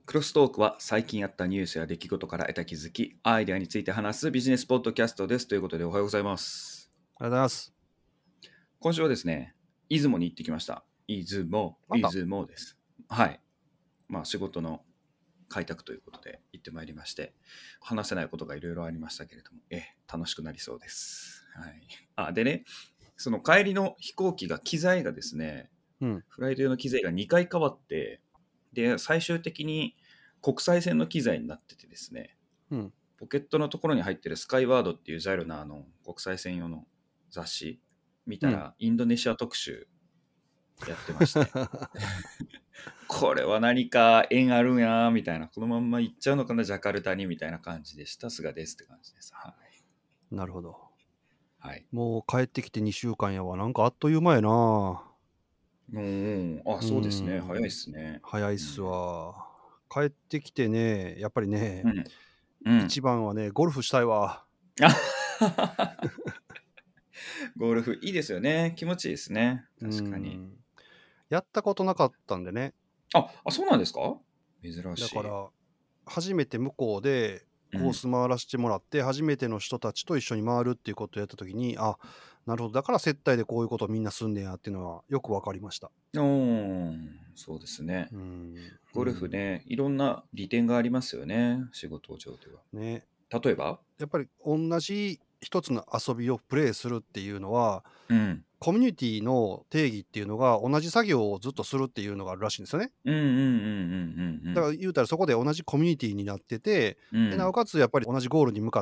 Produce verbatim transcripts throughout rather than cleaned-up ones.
クロストークは最近あったニュースや出来事から得た気づき、アイデアについて話すビジネスポッドキャストです。ということでおはようございます。 ありがとうございます。 今週はですね、出雲に行ってきました。出雲、 また、 出雲です。はい。まあ仕事の開拓ということで行ってまいりまして、話せないことがいろいろありましたけれども、え、楽しくなりそうです。はい。あ、でね、その帰りの飛行機が機材がですね、 うん、 フライト用の機材がにかい変わって、で、最終的に国際線の機材になっててですね、 うん。 ポケットのところに入ってるスカイワードっていうジャイロのあの国際線用の雑誌見うん。 たらインドネシア特集やってまして、これは何か縁あるんやみたいな、このまんま行っちゃうのかなジャカルタにみたいな感じでした。さすがですって感じです。はい。 なるほど。 はい。 もう帰ってきてにしゅうかんやわ。なんかあっという間やな。 うん、あ、 うそうですね。早いっん。 すね。 早いっすうん。 わ。帰ってきてね、やっぱりね、 うん。うん。 一番はね、ゴルフしたいわ。 ゴルフいいですよね。気持ちいいですね。 う確かに。 ん。やったことなかったんでね。 あ、あ、そうなんですか？珍しい。 だから、初めて向こうでうん。 コース回らせてもらって、初めての人たちと一緒に回るっていうことをやったときに、あ、なるほど。だから接待でこういうことをみんなすんねやっていうのはよくわかりました。 おー、そうですね。 うん。うゴルフん。 ね、いろんな利点がありますよね、仕事上では。 ね。 例えば？ やっぱり同じ一つの遊びをプレイするっていうのは、 うん。 コミュニティの定義っていうのが同じ作業をずっとするっていうのがあるらしいんですよね。 うんうんうんうんだから言うたらそこで同じコミュニティになってて、 うんうん。 で、なおかつやっぱり同じゴールに向かって、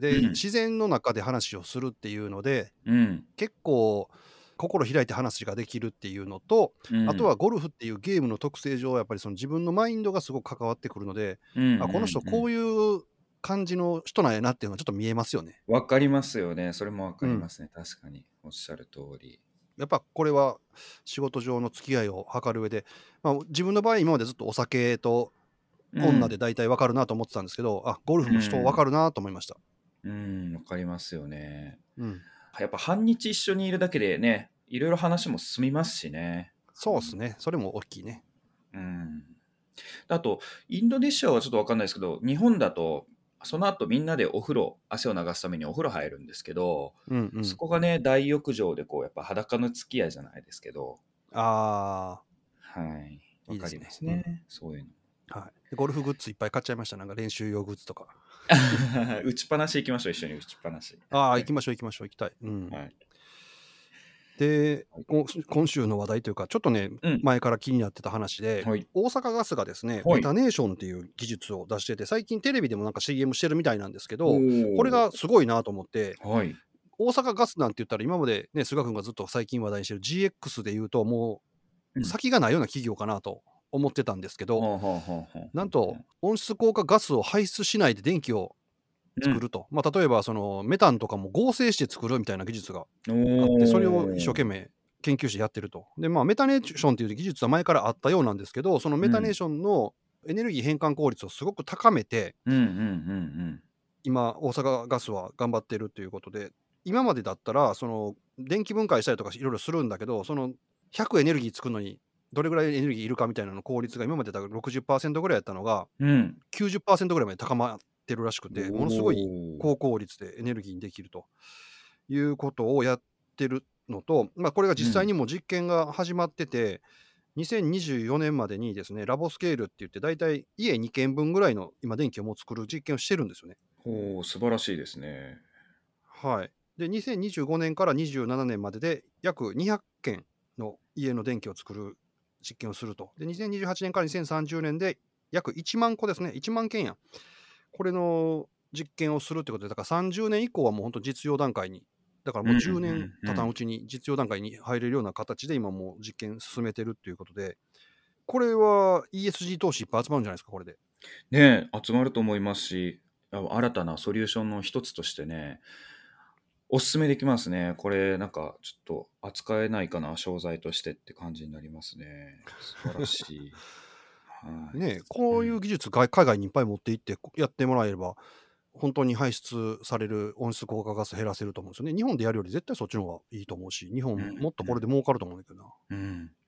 で、 うん。 自然の中で話をするっていうので、 うん。 結構心開いて話ができるっていうのと、あとうん。 はゴルフっていうゲームの特性上、やっぱりその自分のマインドがすごく関わってくるので、 うんうんあ、この人うん。 こういう感じの人なんやなっていうのがちょっと見えますよね。 わかりますよね。それもわかうん。 りますね。確かに。おっしゃる通り。 やっぱこれは仕事上の付き合いを図る上で、まあ、自分の場合今までずっとお酒とうん。 女で大体わかるなと思ってたんですけど、あ、ゴルフうも人わかん。 るなと思いました。 うん。わかりますよね。 うん。 やっぱ半日一緒にいるだけでね、いろいろ話も進みますしね。うん。 そうっすね。それも大きいね。 うん。あと、インドネシアはちょっとわかんないですけど、日本だと、その後みんなでお風呂、汗を流すためにお風呂入るんですけど、 うんうん。 そこがね、大浴場でこう、やっぱ裸の付き合いじゃないですけど、 ああ、 はい。わかりまいいですね。うん。 すね。そういうの。 はい。でゴルフグッズいっぱい買っちゃいました。なんか練習用グッズとか。 打ちっぱなし行きましょう、一緒に打ちっぱなし。 ああ、行きましょう行きましょう、行きたい。うん。 はい。 で、 はい。 こ今週の話題というか、ちょっとね、 うん。 前から気になってた話で、 はい。 大阪ガスがですね、 はい。 メタネーションっていう技術を出してて、最近テレビでもなんか シーエム してるみたいなんですけおど、これがー。 すごいなと思って、 はい。 大阪ガスなんて言ったら今までね、菅君がずっと最近話題にしてる ジーエックス で言うと、もううん。 先がないような企業かなと思ってたんですけど、 はあはあはあはあはなんとあはあ。 温室効果ガスを排出しないで電気をうん。 作ると。まあ、例えばそのメタンとかも合成して作るみたいな技術がおあって、それを一生懸ー。 命研究してやってると。で、まあ、メタネーションっていう技術は前からあったようなんですけど、そのメタネーうん。 ションのエネルギー変換効率をすごく高めて、 うんうんうん今、大阪ガスは頑張ってるということで、今までだったら、その電気分解したりとかいろいろするんだけど、そのひゃくエネルギー作るのにどれぐらいエネルギーいるかみたいなの効率が今までだとろくじゅっパーセントぐらいやったのが、 うん。うん。 きゅうじゅっパーセントぐらいまで高まってるらしくて、ものすごいおー。 高効率でエネルギーにできるということをやってるのと、まあ、これがうん。 実際にも実験が始まってて、にせんにじゅうよねんまでにですね、ラボスケールって言って、だいたい家にけんぶんぐらいの今電気をもう作る実験をしてるんですよね。 おー、素晴らしいですね。 はい。で、にせんにじゅうごねんからにじゅうななねんまでで約にひゃっけんの家の電気を作る実験をすると。で、にせんにじゅうはちねんからにせんさんじゅうねんで約いちまんこですね。いちまんけんや。これの実験をするってことで、だからさんじゅうねん以降はもう本当実用段階に、だからもううんうじゅうねんんうん。 経たんうちに実用段階に入れるような形で今もう実験進めてるっていうことで、これは イーエスジー 投資いっぱい集まるんじゃないですか、これで。 ねえ、集まると思いますし、あ新たなソリューションの一つとしてね、お勧めできますね。これ、なんか、ちょっと扱えないかな、商材としてって感じになりますね。素晴らしい。はい。 ねえ、こういううん。 技術が海外にいっぱい持って行ってやってもらえれば、本当に排出される温室効果ガス減らせると思うんですよね。日本でやるより絶対そっちの方がいいと思うし、日うん本もっとこれでうん儲かると思うんだけどな。 うん。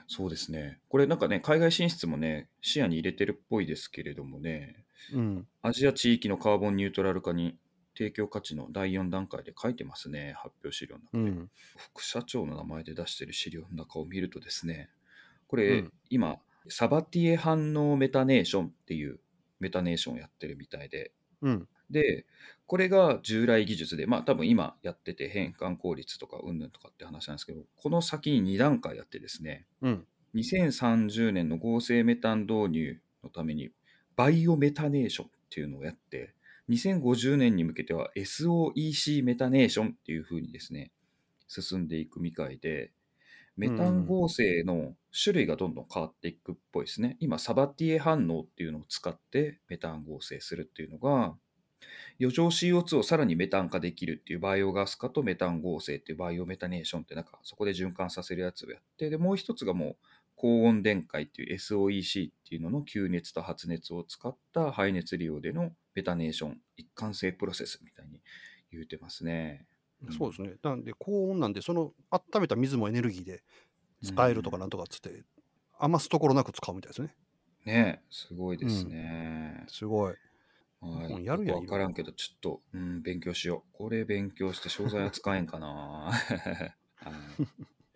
そうですね。これなんかね、海外進出もね、視野に入れてるっぽいですけれどもね、 うん。 アジア地域のカーボンニュートラル化に提供価値のだいよん段階で書いてますね、発表資料の中で。 うん。 副社長の名前で出してる資料の中を見るとですね、これうん。 今、サバティエ反応メタネーションっていうメタネーションをやってるみたいで、 うん。 で、これが従来技術で、まあ多分今やってて変換効率とかうんぬんとかって話なんですけど、この先にに段階やってですね、 うん。 にせんさんじゅうねんの合成メタン導入のためにバイオメタネーションっていうのをやって、にせんごじゅうねんに向けては エスオーイーシー メタネーションっていう風にですね、進んでいくみたいで、 うメタンん。 合成の種類がどんどん変わっていくっぽいですね。今、サバティエ反応っていうのを使ってメタン合成するっていうのが、余剰 シーオーツー をさらにメタン化できるっていうバイオガス化とメタン合成っていうバイオメタネーションってなんかそこで循環させるやつをやって、で、もう一つがもう高温電解っていう エスオーイーシー っていうのの吸熱と発熱を使った排熱利用でのメタネーション一貫性プロセスみたいに言うてますね。うん。 そうですね。なんで、高温なんで、その温めた水もエネルギーでう使えるとかなん。 んとかっつって、余すところなく使うみたいですね。 ねえ、すごいですうん。 ね。 すごい。 はい。 うん、やよくるやん、いろいろ。 わからんけど、ちょっと、うん、勉強しよう。これ勉強して商材扱えんかな。はい。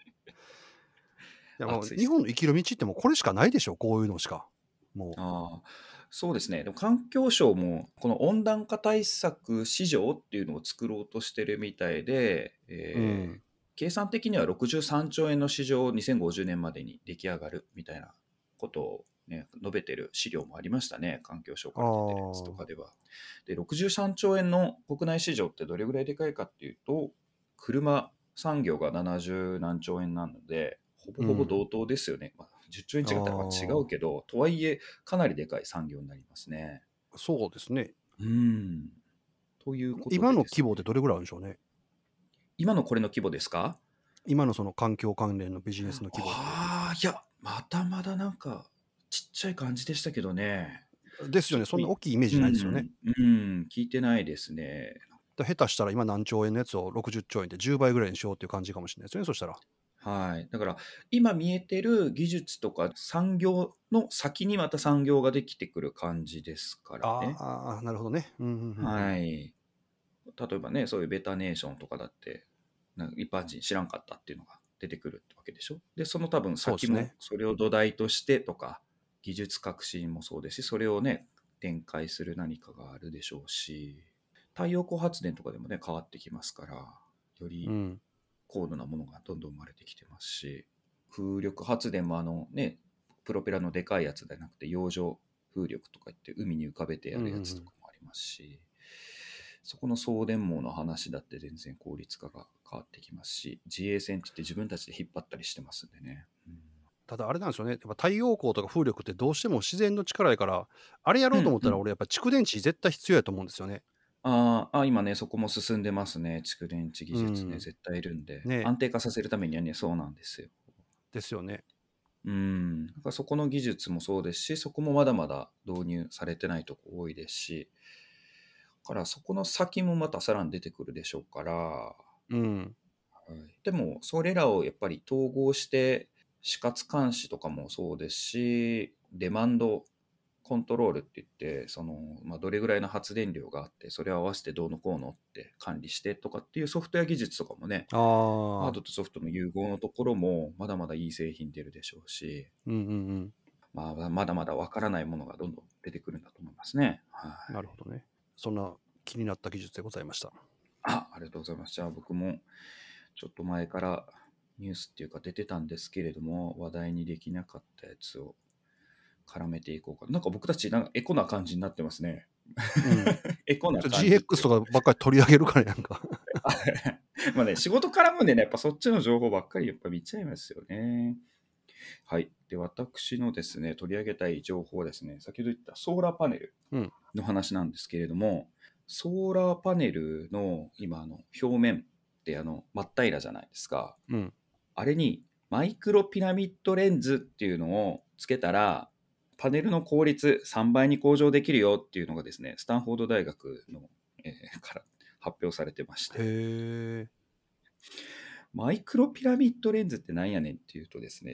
いや、もう熱いっす。 日本の生きる道ってもうこれしかないでしょ、こういうのしか。もああ、そうですね。でも環境省もこの温暖化対策市場っていうのを作ろうとしてるみたいで、 う。うえーん。 計算的にはろくじゅうさんちょう円の市場をにせんごじゅうねんまでに出来上がるみたいなことを、ね、述べてる資料もありましたね。環境省あから出てるやつとあ。 かでは。で、ろくじゅうさんちょう円の国内市場ってどれぐらいでかいかっていうと、車産業がななじゅうなんちょう円なので、ほぼうん。 ほぼ同等ですよね。まあ、じゅっちょう円あ違ったらまた違うあ。 けど、とはいえ、かなりでかい産業になりますね。 そうですね。 うーん。ということ今のでですね。 規模でどれぐらいあるんでしょうね。 今のこれの規模ですか？ 今のその環境関連のビジネスの規模って。 ああ、いや、まだまだなんか、ちっちゃい感じでしたけどね。 ですよね。 ちょっといそんな大きいイメージないですよね。 うん、うん、聞いてないですね。 だ下手したら今何兆円のやつをろくじゅっちょう円でじゅうばいぐらいにしようっていう感じかもしれないですよね、そしたら。 はい。だから、今見えてる技術とか産業の先にまた産業ができてくる感じですからね。 ああ、なるほどね。うんうんうんうん。 はい。例えばね、そういうベタネーションとかだって、なんか一般人知らんかったっていうのが出てくるわけでしょ。で、その多分先もそうですね。 それを土台としてとか、技術革新もそうですし、それをね、展開する何かがあるでしょうし、太陽光発電とかでもね、変わってきますから、よりうん。 高度なものがどんどん生まれてきてますし、風力発電もあのね、プロペラのでかいやつじゃなくて、洋上風力とか言って海に浮かべてやうんうるやつとんかもありますし、そこの送電網の話だって全然効率化が変わってきますし、自衛船って言って自分たちで引っ張ったりしてますんでね。うん、 ただあれなんですよね。やっぱ太陽光とか風力ってどうしても自然の力やから、あれやろうと思ったらうんうん。 俺やっぱ蓄電池絶対必要やと思うんですよね。 あーあ、今ね、そこも進んでますね。蓄電池技術ね、 うん。 絶対いるんで。 ね。 安定化させるためにはね、そうなんですよ。 ですよね。 うん。だからそこの技術もそうですし、そこもまだまだ導入されてないとこ多いですし、だからそこの先もまたさらに出てくるでしょうから、はうん。 い、でも、それらをやっぱり統合して、死活監視とかもそうですし、デマンドコントロールって言って、その、まあ、どれぐらいの発電量があって、それを合わせてどうのこうのって管理してとかっていうソフトウェア技術とかもね、 ああ。 ハードとソフトの融合のところもまだまだいい製品出るでしょうし、 うんうんうん。 まあ、まだまだわからないものがどんどん出てくるんだと思いますね。はい。 なるほどね。そんな気になった技術でございました。 あ、ありがとうございます。じゃあ僕もちょっと前からニュースっていうか出てたんですけれども、話題にできなかったやつを絡めていこうか。なんか僕たちなんかエコな感じになってますね。 うん。 エコな感じって。 ジーエックス とかばっかり取り上げるからやんか。 まあね、仕事絡むんでね、やっぱそっちの情報ばっかりやっぱ見ちゃいますよね。はい。で、私のですね、取り上げたい情報はですね、先ほど言ったソーラーパネルうん。 の話なんですけれども、ソーラーパネルの今あの表面ってあの真っ平らじゃないですか。 うん。 あれにマイクロピラミッドレンズっていうのをつけたら、パネルの効率さんばいに向上できるよっていうのがですね、スタンフォード大学の、えーから発表されてましへて、 え。 マイクロピラミッドレンズってなんやねんっていうとですね、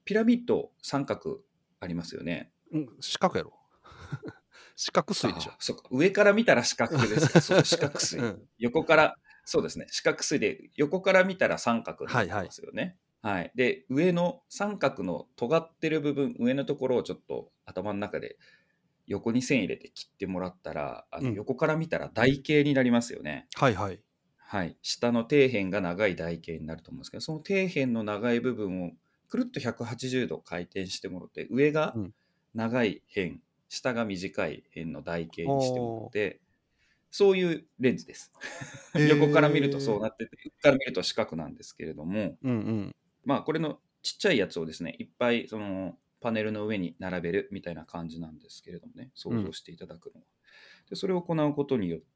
ピラミッド三角ありますよね。 うん、四角やろ。四角錐でしょ。 ああ、そっか。上から見たら四角ですか。そうそう、四角う錐。 ん、 横から、そうですね。四角錐で、横から見たら三角になってはいはい。 ますよね。はい。で、上の三角の尖ってる部分、上のところをちょっと頭の中で横に線入れて切ってもらったら、あのうん、 横から見たら台形になりますよね。 はいはい。 はい。下の底辺が長い台形になると思うんですけど、その底辺の長い部分をくるっとひゃくはちじゅうど回転してもらって、上がうん。 長い辺、下が短い辺の台形にしてもらっおー。 て、そういうレンズです。横から見るとへえ。 そうなってて、上から見ると四角なんですけれども、 うんうん。 まあこれのちっちゃいやつをですね、いっぱいそのパネルの上に並べるみたいな感じなんですけれどもね、 うん。 想像していただくのは。で、それを行うことによって、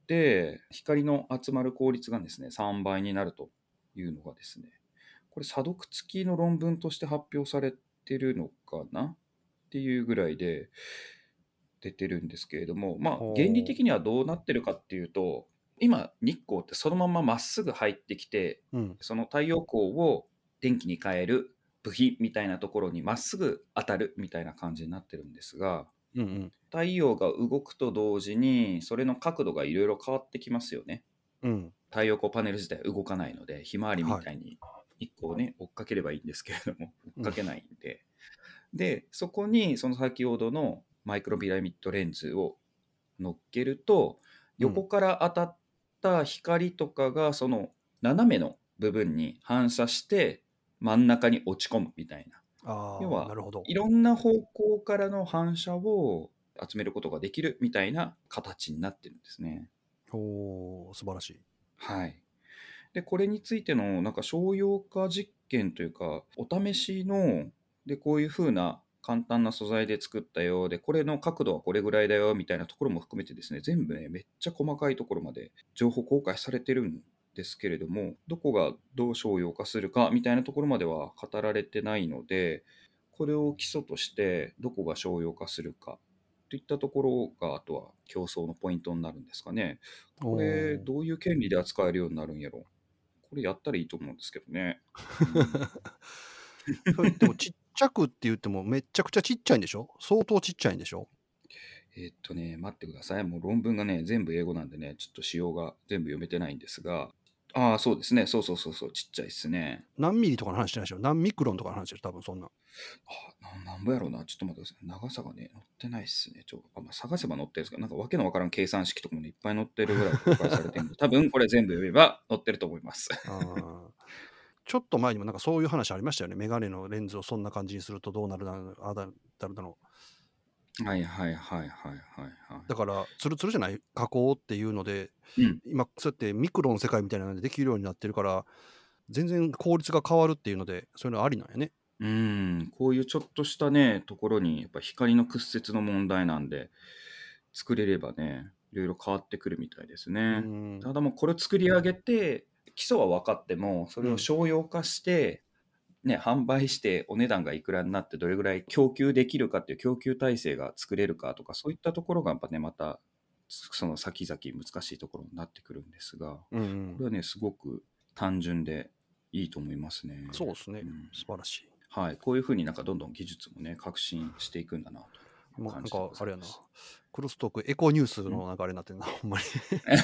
光の集まる効率がですね、さんばいになるというのがですね、これ、査読付きの論文として発表されてるのかなっていうぐらいで出てるんですけれども、まあ、原理ほ的にはどうなってるかっていうと、今、日光ってそのまままっすぐ入ってきて、 う。うん。 その太陽光を電気に変える部品みたいなところにまっすぐ当たるみたいな感じになってるんですが、 うんうん。 太陽が動くと同時に、それの角度がいろいろ変わってきますよね。 うん。 太陽光パネル自体動かないので、ひまわりみはい。 たいに日光をね、追っかければいいんですけれども、追っうん。 かけないんで。で、そこにその先ほどのマイクロピラミッドレンズを乗っけると、 うん。 横から当たった光とかがその斜めの部分に反射して真ん中に落ち込むみたいな。要ああ、なは、 るほど。 いろんな方向からの反射を集めることができるみたいな形になってるんですね。 おー、素晴らしい。 はい。で、これについてのなんか商用化実験というか、お試しの、で、こういう風な簡単な素材で作ったようで、これの角度はこれぐらいだよみたいなところも含めてですね、全部ね、めっちゃ細かいところまで情報公開されてるんですけれども、どこがどう商用化するかみたいなところまでは語られてないので、これを基礎としてどこが商用化するかといったところが、あとは競争のポイントになるんですかね。これ、 おー。 どういう権利で扱えるようになるんやろ。これやったらいいと思うんですけどね。うん、 それでもちっちゃくって言ってもめっちゃくちゃちっちゃいんでしょ？相当ちっちゃいんでしょ？ えーっとね、待ってください。もう論文がね、全部英語なんでね、ちょっと仕様が全部読めてないんですが、ああ、そうですね。そうそうそうそう、ちっちゃいですね。 何ミリとかの話じゃないでしょ？何ミクロンとかの話でしょ？多分そんな。 あ、ななんぼやろうな。ちょっと待ってください。長さがね、載ってないっすね。ちょ、あまあ、探せば載ってるんですけど、なんかわけのわからん計算式とかもね、いっぱい載ってるぐらい公開されてるんで、多分これ全部読めば載ってると思います。 あーちょっと前にもなんかそういう話ありましたよね。メガネのレンズをそんな感じにするとどうなるだああだだろうだろう。 はいはいはいはいはいはだからツルツルじゃない加工っていうので、 い。うん。 今そうやってミクロの世界みたいなのでできるようになってるから、全然効率が変わるっていうので、そういうのありなんやね。 うーん、こういうちょっとしたね、ところに、やっぱ光の屈折の問題なんで、作れればね、いろいろ変わってくるみたいですうーね。 ん。 ただもうこれを作り上げて、基礎は分かっても、それをうん。 商用化して、ね、販売してお値段がいくらになってどれぐらい供給できるかっていう供給体制が作れるかとか、そういったところがやっぱね、また、その先々難しいところになってくるんですが、 うんうん。 これはね、すごく単純でいいと思いますね。 そうですね。 うん素晴らしい。 はい、こういうふうになんかどんどん技術もね、革新していくんだなというもうなん感じでかあれやな。 ございます。 クロストークエコニュースんのなんかあれになってんな、ほんまに。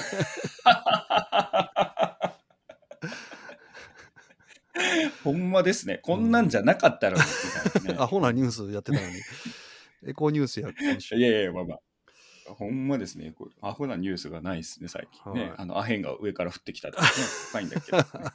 ほんまですね。こんなんうん。 じゃなかったのに、みたいなね。 アホなニューうスやってたのに、エコニュースや、今週。 んいやいや、まあまあ。ほんまですね。こうアホなニュースがないですね、最近ね。 はい。 あの、アヘンが上から降ってきたってね、高いんだけどね。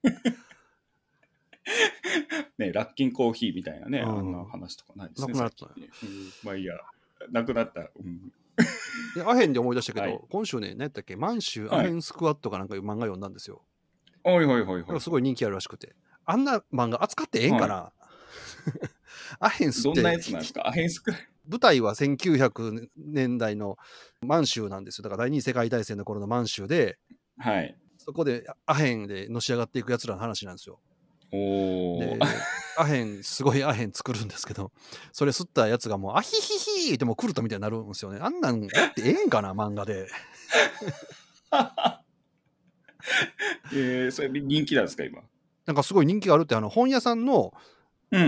ね、ラッキンコーヒーみたいなね、 うあんなん。 話とかないですね、 なくなった。 最近ね。うん、まあいいや、なくなった。うん、 で、アヘンで思い出したけはい。 ど、今週ね、何やったっけ、満州アはい。 ヘンスクワットかなんかいう漫画読んだんですよ。 はいはいはいはいはい。 だからすごい人気あるらしくて。あんな漫画扱ってええんはい。 かな？アヘンスっどんなて、 やつなんですか？アヘンスク。 舞台はせんきゅうひゃくねんだいの満州なんですよ。だから第二次世界大戦の頃の満州で、 はい。 そこでアヘンでのし上がっていくやつらの話なんですよ。 おー。 で、アヘン、すごいアヘン作るんですけど、それ吸ったやつがもう、アヒヒヒーってもうクルトみたいになるんですよね。あんなんやってええんかな、漫画で。 えー、それ人気なんですか、今。 なんかすごい人気があるって、あの本屋さんのうん。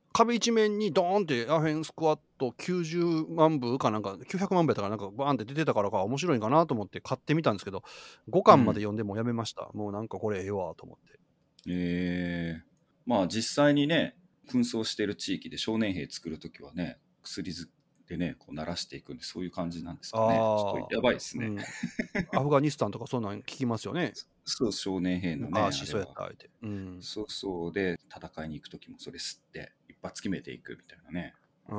壁一面にドーンってアヘンスクワットきゅうじゅうまんぶかなんかきゅうひゃくまんぶやったからなんかバーンって出てたからか面白いんかなと思って買ってみたんですけど、ごかんまで読んでもうやめました。もうなんかこれええわと思って。 ええまあ実際にね、紛争してる地域で少年兵作るときはね、薬ずでね、こう鳴らしていくんで、そういう感じなんですかね。ちょっああ、 とやばいですね。 うん。アフガニスタンとかそんなん聞きますよね。 そう、少年兵のね、あ昔れは。 そうやった相手。うん。 そうそうで、戦いに行くときもそれ吸って一発決めていくみたいなね。 うん。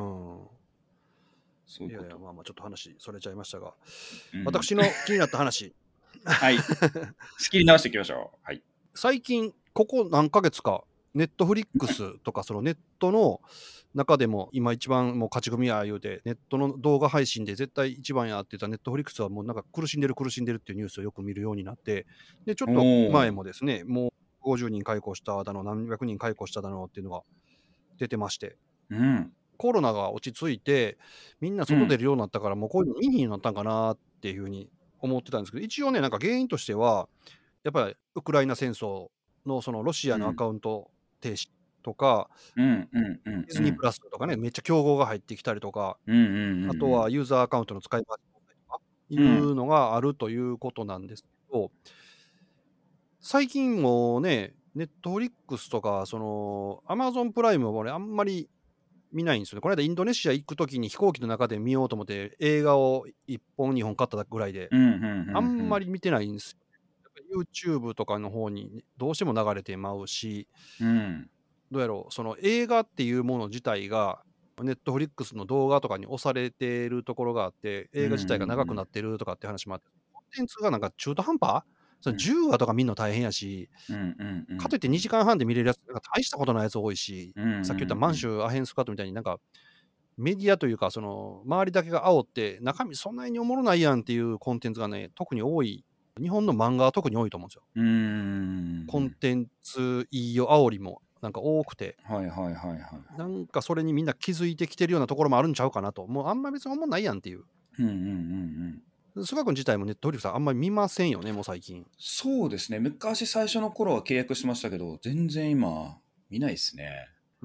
そういうこと。 いやいや、まあまあちょっと話それちゃいましたが、 うん、 私の気になった話。 はい。仕切り直していきましょう。はい。 最近ここ何ヶ月かネットフリックスとかそのネットの中でも今一番もう勝ち組や言うてネットの動画配信で絶対一番やって言ったネットフリックスはもうなんか苦しんでる苦しんでるっていうニュースをよく見るようになって、でちょっおと前ー。 もですね、もうごじゅうにん解雇しただの何百人解雇しただのっていうのが出てまして、 うん。 コロナが落ち着いてみんなうん。 外出るようになったからもうこういうの見になったんかなっていうふうに思ってたんですけど、一応ねなんか原因としてはやっぱりウクライナ戦争のそのロシアのアうん。 カウント停止とか、 うん。うん。うん。 ディズニープラスとかね、めっちゃ競合が入ってきたりとか、 うん。うん。 あとはユーザーアカウントの使い回し問題とかいうん。うん。 うのがあるということなんですけど、最近もね、ネットフリックスとか、そのアマゾンプライムも俺あんまり見ないんですよね。この間インドネシア行くときに飛行機の中で見ようと思って映画をいっぽんにほん買ったぐらいで、 うん。うん。 あんまうん。 り見てないんですよ。やっぱり YouTube とかの方にどうしても流れてまうし、 うん。 どうやろう、その映画っていうもの自体が、ネットフリックスの動画とかに押されてるところがあって、 うん。 映画自体が長くなってるとかって話もあって、コンテンツがなんか中途半端そのうん。 じゅうわとか見るの大変やし、 うん。うん。うん。 かといってにじかんはんで見れるやつ、なんか大したことないやつ多いし、 うん。うん。 さっき言った満州アヘンスカットみたいになんか、メディアというか、その、周りだけが煽って、中身そんなにおもろないやんっていうコンテンツがね、特に多い。日本の漫画は特に多いと思うんですよ。 うん。 コンテンツいいよ煽りもなんか多くて。 はいはいはいはい。 なんかそれにみんな気づいてきてるようなところもあるんちゃうかなと。もうあんま別に思んないやんっていう。 うん。うん。うん。うん菅君自体もネットフリックスあんまり見ませんよね、もう最近。 そうですね。昔最初の頃は契約しましたけど、全然今見ないですね。 うん。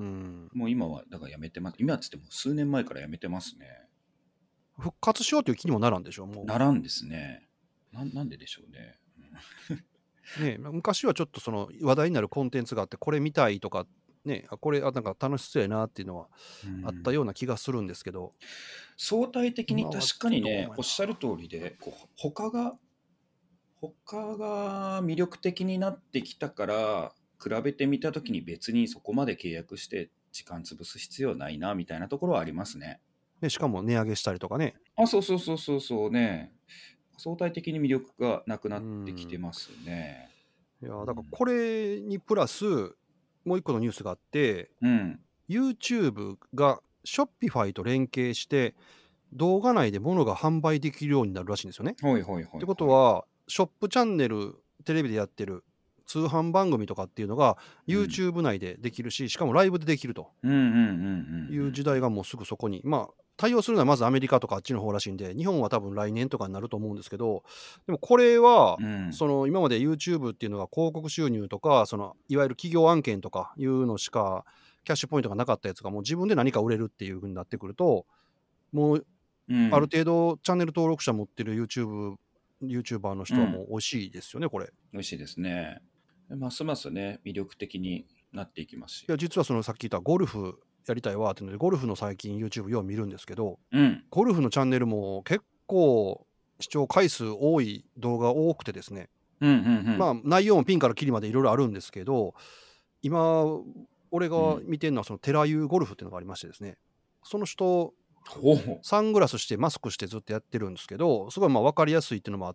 もう今はだからやめてます。今っつっても数年前からやめてますね。 復活しようという気にもならんでしょ、もならんですね。な、なんででしょうね。 う。ね、昔はちょっとその話題になるコンテンツがあって、これ見たいとか、ね、あこれあなんか楽しそうやなっていうのはうん。うあったんような気がするんですけど、 相対的に今は確かにね、 どうやな。 おっしゃる通りで、こう他が、他が魅力的になってきたから、比べてみたときに別にそこまで契約して時間潰す必要ないな、みたいなところはありますね。 でしかも値上げしたりとかね。 あ、そうそうそうそうそうね。相対的に魅力がなくなうってきてん。 ますね。 いや、 うん。 だからこれにプラス、もう一個のニュースがあって、 うん。 YouTube が Shopify と連携して、動画内で物が販売できるようになるらしいんですよね。 はいはいはいってことはい。 は、ショップチャンネル、テレビでやってる通販番組とかっていうのがうん。 YouTube 内でできるし、しかもライブでできるとうんうんうんうんいううん時代がもうすぐそこに、まあ、対応するのはまずアメリカとかあっちの方らしいんで、日本は多分来年とかになると思うんですけど、でもこれは、 うん。 その今まで YouTube っていうのが広告収入とか、そのいわゆる企業案件とかいうのしかキャッシュポイントがなかったやつがもう自分で何か売れるっていう風になってくると、もうあるうん程度チャンネル登録者持ってる YouTube、YouTuber の人はもうん。 う美味しいですよね、これ。 美味しいですね。ますますね、魅力的になっていきますし。 いや、実はそのさっき言ったゴルフやりたいわっていうので、ゴルフの最近 YouTube よう見るんですけど、 うん。 ゴルフのチャンネルも結構視聴回数多い動画多くてですね、 うんうんうん。 まあ内容もピンからキリまでいろいろあるんですけど、今、俺がうん。 見てるのはそのテラユーゴルフっていうのがありましてですね、その人、 ほう。 サングラスしてマスクしてずっとやってるんですけど、すごいまあ分かりやすいっていうのもあって、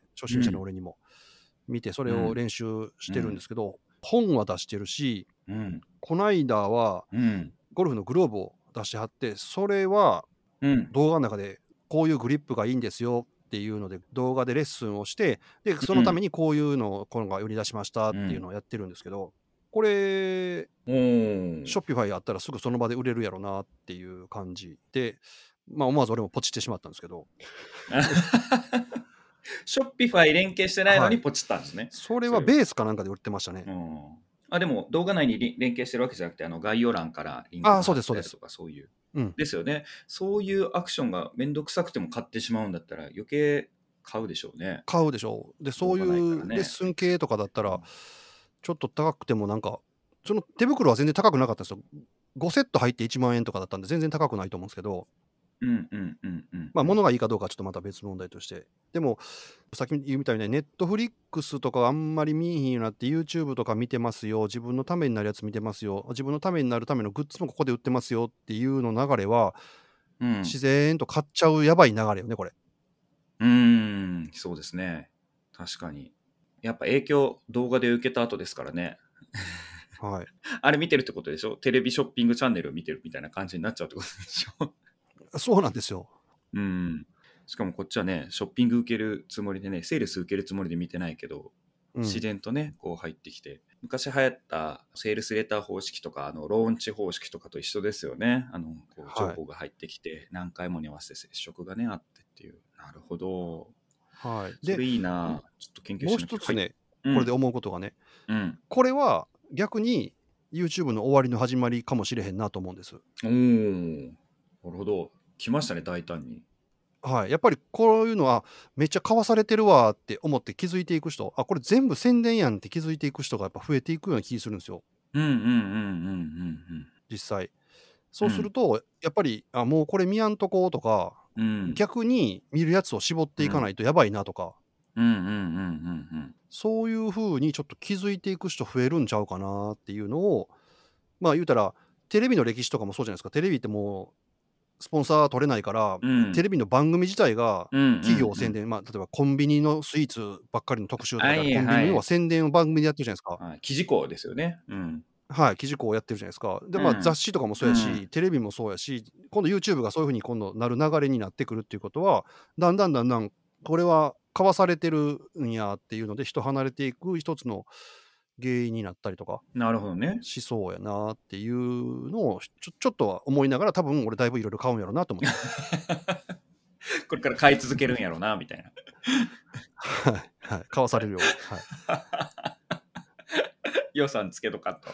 初心者のうん。 俺にも見てそれをうん。 練習してるんでうん。 すけど、本は出してるし、 うん。 こないだはうん。 ゴルフのグローブを出してはって、それはうん。 動画の中でこういうグリップがいいんですよっていうので動画でレッスンをして、でそのためにこういうのをこのが売り出しましたっていうのをやってるんですけど、これおー。 ショッピファイあったらすぐその場で売れるやろなっていう感じで、まあ思わず俺もポチってしまったんですけど、 ショッピファイ連携してないのはい。 にポチったんですね。 それそれは。 はベースかなんかで売ってましたね。 うん。 あ、でも動画内にリ連携してるわけじゃなくて、あの概要欄からリンクああ、 がそうです、そうです。 貼ってあるとか、そういう。 うん。 ですよね。そういうアクションがめんどくさくても買ってしまうんだったら、余計買うでしょうね。 買うでしょう。で、そうい動画ないからうレッね、 スン系エクセルで。 とかだったら、 うん。 ちょっと高くてもなんか、その手袋は全然高くなかったんですよ。ごセット入っていちまん円とかだったんで、全然高くないと思うんですけど、 うんうんうんうんまあ、 うん。 物がいいかどうかはちょっとまた別問題として。でも、さっき言うみたいにね、Netflix とかあんまり見えへんようになって、YouTube とか見てますよ、自分のためになるやつ見てますよ、自分のためになるためのグッズもここで売ってますよっていうの流れは、 うん。 自然と買っちゃうやばい流れよね、これ。 うーん、そうですね。確かに。やっぱ影響、動画で受けた後ですからね。 はい。 あれ見てるってことでしょ？テレビショッピングチャンネルを見てるみたいな感じになっちゃうってことでしょ？ そうなんですよ。 うん。しかもこっちはね、ショッピング受けるつもりでね、セールス受けるつもりで見てないけど、自うん。 然とね、こう入ってきて、昔流行ったセールスレター方式とか、あのローンチ方式とかと一緒ですよね。あのこう情はい。 報が入ってきて、何回もに合わせて接触がね、あってっていう。なるほど。 はい。で、 それいいな。ちょっと研究もうしなきゃ。はい。 一つね、これでうん。 思うことがね、 うん。 これは逆に YouTube の終わりの始まりかもしれへんなと思うんです。 おー。なるほど。来ましたね、大胆に。 はい。やっぱりこういうのはめっちゃ買わされてるわって思って気づいていく人、あ、これ全部宣伝やんって気づいていく人がやっぱ増えていくような気するんですよ、 うんうんうんうん実際。そうするうんうん。 と、やっぱり、あ、もうこれ見やんとこうとか、 うん。うん。 逆に見るやつを絞っていかなうん。 いとやばいなとか、 うんうんうんうんうん。 そういう風にちょっと気づいていく人増えるんちゃうかなっていうのを、まあ、言うたら、テレビの歴史とかもそうじゃないですか。テレビってもうスポンサー取れないから、 うん。 テレビの番組自体がうんうんうん。 企業宣伝、まあ、例えばコンビニのスイーツばっかりの特集とかはである、コンビニの要はいはい。 宣伝を番組でやってるじゃないですか。 はい。記事項ですよね。うん。 はい、記事項をやってるじゃないですか。で、まあ、雑うん。 誌とかもそううん。 やし、テレビもそうやし、今度 YouTube がそういう風に今度なる流れになってくるっていうことは、だんだんだんだん、これは買わされてるんやっていうので、人離れていく一つの原因になったりとかなるほどね。 しそうやなっていうのを、ちょちょっとは思いながら、多分俺だいぶいろいろ買うんやろうなと思ってます。 これから買い続けるんやろうな、みたいな。 はい、はい、買わされるように、はい。 予算つけとかと。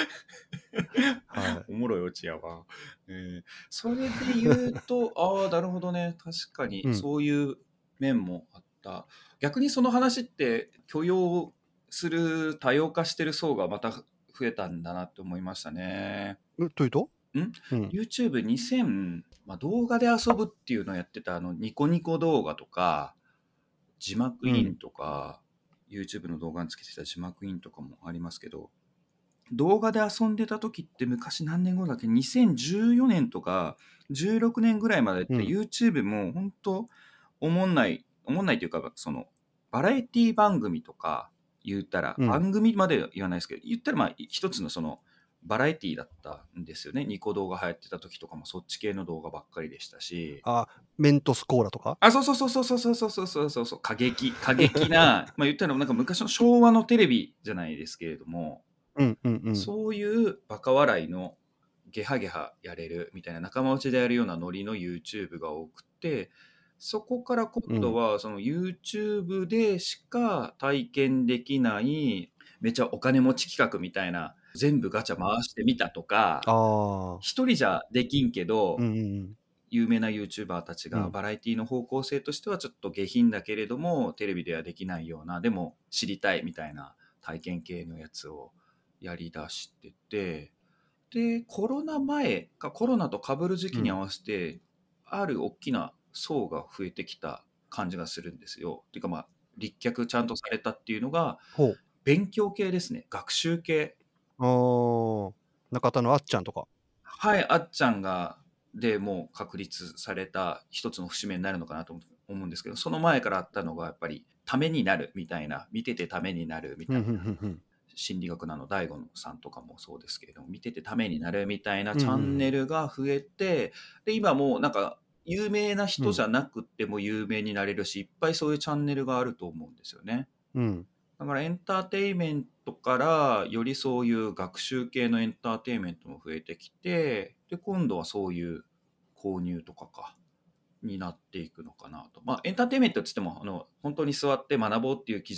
はい。 おもろいオチやわ。えーそれで言うと、ああ、なるほどね。確かにうん。 そういう面もあった。逆にその話って許容する多様化してる層がまた増えたんだなって思いましたね。 え、というと？ んうん。 ?YouTubeにせん、まあ、動画で遊ぶっていうのをやってたあのニコニコ動画とか、字幕うん。 インとか、YouTube の動画につけてた字幕インとかもありますけど、動画で遊んでた時って昔何年後だっけ ?にせんじゅうよねんとかじゅうろくねんぐらいまでってうん。 YouTube も本当おもんない、おもんないというか、そのバラエティ番組とか言ったら、 うん。 番組までは言わないですけど、言ったらまあ一つのそのバラエティだったんですよね。ニコ動画流行ってた時とかもそっち系の動画ばっかりでしたし。 あ、メントスコーラとか？ あ、そうそうそうそうそうそうそうそうそうそう、過激、過激な、まあ言ったらなんか昔の昭和のテレビじゃないですけれども、 うんうんうん。 そういうバカ笑いのゲハゲハやれるみたいな仲間内でやるようなノリの YouTube が多くて、そこから今うん。 度はその YouTube でしか体験できないめちゃお金持ち企画みたいな、全部ガチャ回してみたとか、 ああ。 一人じゃできんけど、 うんうんうん。 有名な YouTuber たちうん。 がバラエティの方向性としてはちょっと下品だけれどもテレビではできないような、でも知りたいみたいな体験系のやつをやりだしてて、でコロナ前かコロナと被る時うん。 期に合わせてある大きな層が増えてきた感じがするんですよ。っていうかまあ立脚ちゃんとされたっていうのがほう。 勉強系ですね。学習系。 ああ、中田のあっちゃんとか。 はい、あっちゃんが、でもう確立された一つの節目になるのかなと思思うんですけど、その前からあったのがやっぱりためになるみたいな、見ててためになるみふんたいな、 ふんふんふん。 心理学のあの大悟さんとかもそうですけれども、見ててためになるみたいなうんうんうチャンネん。 ルが増えて、で、今もうなんか有名なうん。 人じゃなくても有名になれるし、いっぱいそういうチャンネルがあると思うんですよね。 うん。 だからエンターテインメントからよりそういう学習系のエンターテインメントも増えてきて、で、今度はそういう購入とかか、になっていくのかなと。まあ、エンターテインメントって言っても、あの、本当に座って学ぼうっていう気じゃなく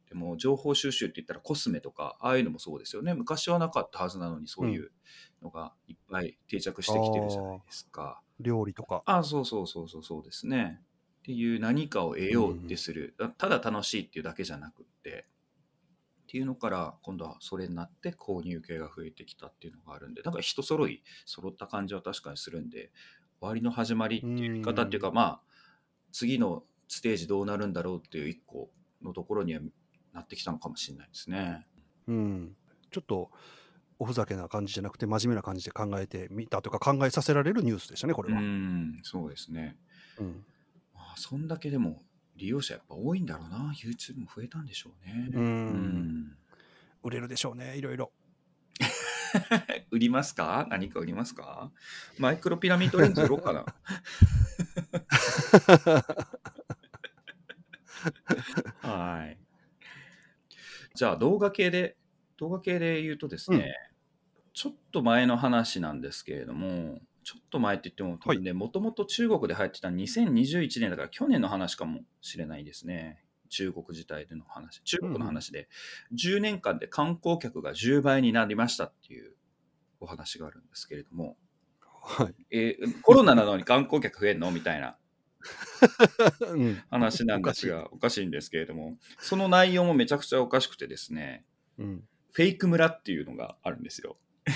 でも情報収集って言ったらコスメとかああいうのもそうですよね。昔はなかったはずなのにそうういん。 うのがいっぱい定着しあてきてるじゃないあ、 ですか。 料理とか。 ああ、そうそうそうそうそうですね。っていう何かを得うようってん。 する。ただ楽しいっていうだけじゃなくって、っていうのから今度はそれになって購入系が増えてきたっていうのがあるんで、だから人揃い揃った感じは確かにするんで、終わりの始まりっうていう言い方っていうん。 か、まあ次のステージどうなるんだろうっていう一個のところにはなってきたのかもしれないですね。 うん。ちょっとおふざけな感じじゃなくて、真面目な感じで考えてみたというか、考えさせられるニュースでしたね、これうは。 ん、そうですね。 うん。 まあ、そんだけでも利用者やっぱ多いんだろうな。YouTube も増えたんでしょううね。うん。 ん。 売れるでしょうね、いろいろ。 売りますか？何か売りますか？マイクロピラミッドレンズ売ろうかな。はい。じゃあ動画系で、動画系で言うとですうん。 ね、ちょっと前の話なんですけれども、ちょっと前って言っても多はい。 分ね、もともと中国で流行ってたにせんにじゅういちねんだから去年の話かもしれないですね。中国自体での話、中うんうん。 国の話で、じゅうねんかんで観光客がじゅうばいになりましたっていうお話があるんですけれども、 はい。 えーコロナなのに観光客増えんのみたいなうん。 話なおかしい。 んですが、おかしいんですけれども、その内容もめちゃくちゃおかしくてですね、 うん。 フェイク村っていうのがあるんですよ。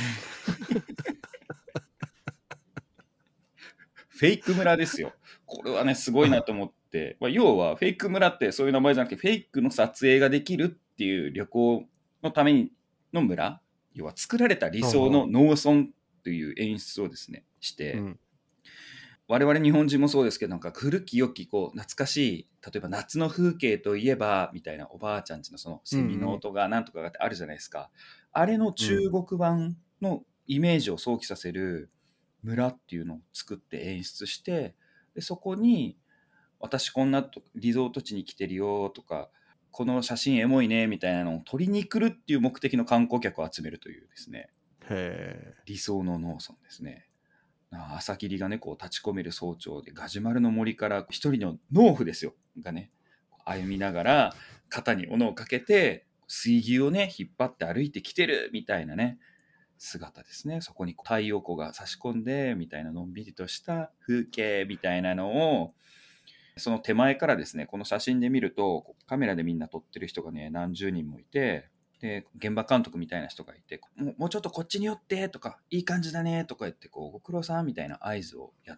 フェイク村ですよ。これはね、すごいなと思って、まあ、要はフェイク村ってそういう名前じゃなくて、フェイクの撮影ができるっていう旅行のためにの村、要は作られた理想のはあはあ。 農村という演出をですね、して、 うん。 我々日本人もそうですけど、なんか古き良きこう懐かしい、例えば夏の風景といえばみたいなおばあちゃんちのそのうんうセミのん。 音がなんとかがってあるじゃないですか。あれの中うん。 国版のイメージを想起させる村っていうのを作って演出して、でそこに私こんなとリゾート地に来てるよとか、この写真エモいねみたいなのを撮りに来るっていう目的の観光客を集めるというですね、 へえ。 理想の農村ですね。あ朝霧がね、こう立ち込める早朝で、ガジュマルの森から一人の農夫ですよ、がね、歩みながら、肩に斧をかけて、水牛をね、引っ張って歩いてきてるみたいなね、姿ですね。そこに太陽光が差し込んで、みたいなのんびりとした風景みたいなのを、その手前からですね、この写真で見ると、カメラでみんな撮ってる人がね、何十人もいて、で、現場監督みたいな人がいて、もうもうちょっとこっちに寄ってとか、いい感じだねとか言って、こう、ご苦労さんみたいな合図をやって、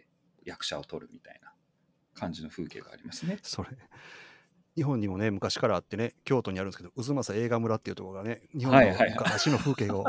役者を撮るみたいな感じの風景がありますね。 それ、日本にもね、昔からあってね、京都にあるんですけど、渦政映画村っていうところがね、日本のはいはいはい。 昔の風景を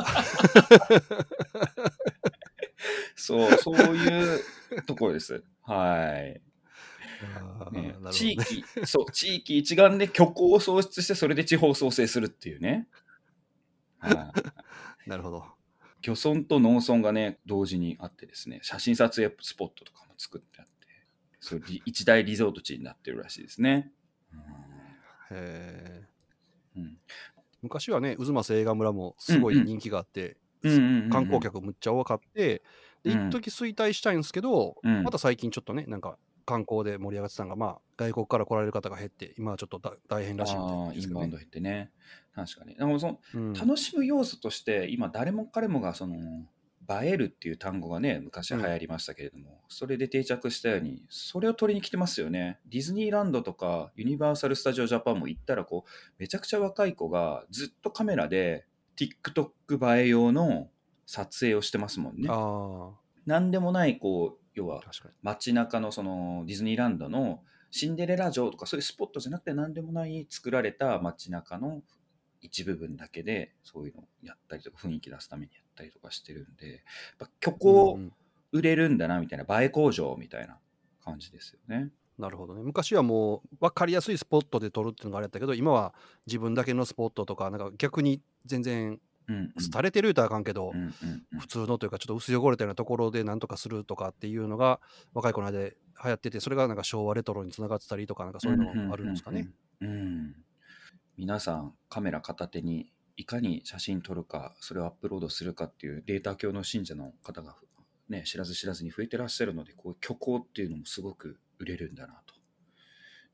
そう、そういうところです。はい。ね、 ああ、なるほどね。 地域、そう、地域一丸で虚構を創出して、それで地方創生するっていうね。はい。 なるほど。 漁村と農村がね、同時にあってですね、写真撮影スポットとかも作ってあって、そうリ一大リゾート地になってるらしいですね。 へえ。 うんうん昔はね、渦政映画村もすうんうんごい人気があって、すうんうん観光うん客むっちゃ多かって、で、一うん時衰退したいんですけど、 うんまた最近ちょっとね、なんか観光で盛り上がってたのが、まあ、外国から来られる方が減って、今はちょっとだ大変らしいんでああ、 ですけどね。 インバウンド減ってね。確かに。でもそのうん。 楽しむ要素として、今誰も彼もがその映えるっていう単語がね、昔うん。 流行りましたけれども、それで定着したように、それを取りに来てますよね。ディズニーランドとかユニバーサル・スタジオ・ジャパンも行ったら、こう、めちゃくちゃ若い子がずっとカメラで TikTok 映え用の撮影をしてますもんね。 ああ、 なんでもない、こう、要は確かに。 街中のそのディズニーランドのシンデレラ城とかそういうスポットじゃなくて何でもない作られた街中の一部分だけでそういうのをやったりとか雰囲気出すためにやったりとかしてるんで、やっぱ虚うんう構ん。 売れるんだなみたいな、映え工場みたいな感じですよね。 なるほどね。昔はもう分かりやすいスポットで撮るっていうのがあれやったけど、今は自分だけのスポットとか、なんか逆に全然うんうん廃れてるとはあかんけど、 うんうんうん。 普通のというかちょっと薄汚れたようなところでなんとかするとかっていうのが若い子の間で流行ってて、それがなんか昭和レトロにつながってたりとか、なんかうんうんそういうのもあるんですかね。 うんうんうん皆さんカメラ片手にいかに写真撮るかそれをアップロードするかっていうデータ教の信者の方が、ね、知らず知らずに増えてらっしゃるのでこういう虚構っていうのもすごく売れるんだなと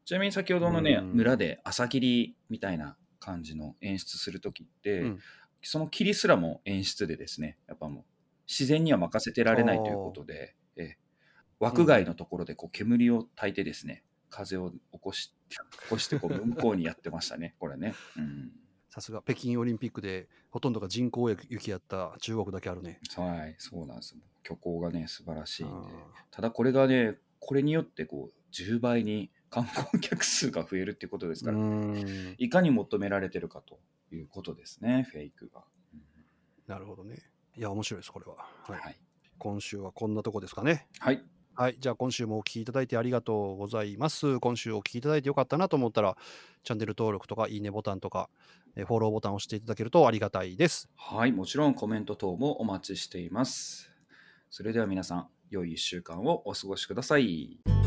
ちなみに先ほうどのね、 ん。 村で朝霧みたいな感じの演出するときっうて、 ん。 その霧すらも演出でですね、やっぱもう自然には任せてられないというこああ。 とで、えう枠ん。 外のところでこう煙を焚いてですね、風を起こし、起こしてこう向こうにやってましたね、これね。うん。 さすが北京オリンピックでほとんどが人工雪やった中国だけあるね。 はい、そうなんです。虚構がね、素晴らしいんで。 あただこれがね、これによってこうじゅうばいに観光客数が増えるっていうことですーうから、 ーん。 いかに求められてるかということですね、フェイクが。うんなるほどね。いや、面白いです、これは。はい。 はい。 今週はこんなとこですかね。 はい。 はい。じゃあ今週もお聞きいただいてありがとうございます。今週お聞きいただいてよかったなと思ったら、チャンネル登録とかいいねボタンとか、えフォローボタンを押していただけるとありがたいです。 はい、もちろんコメント等もお待ちしています。それでは皆さん、良いいっしゅうかんをお過ごしください。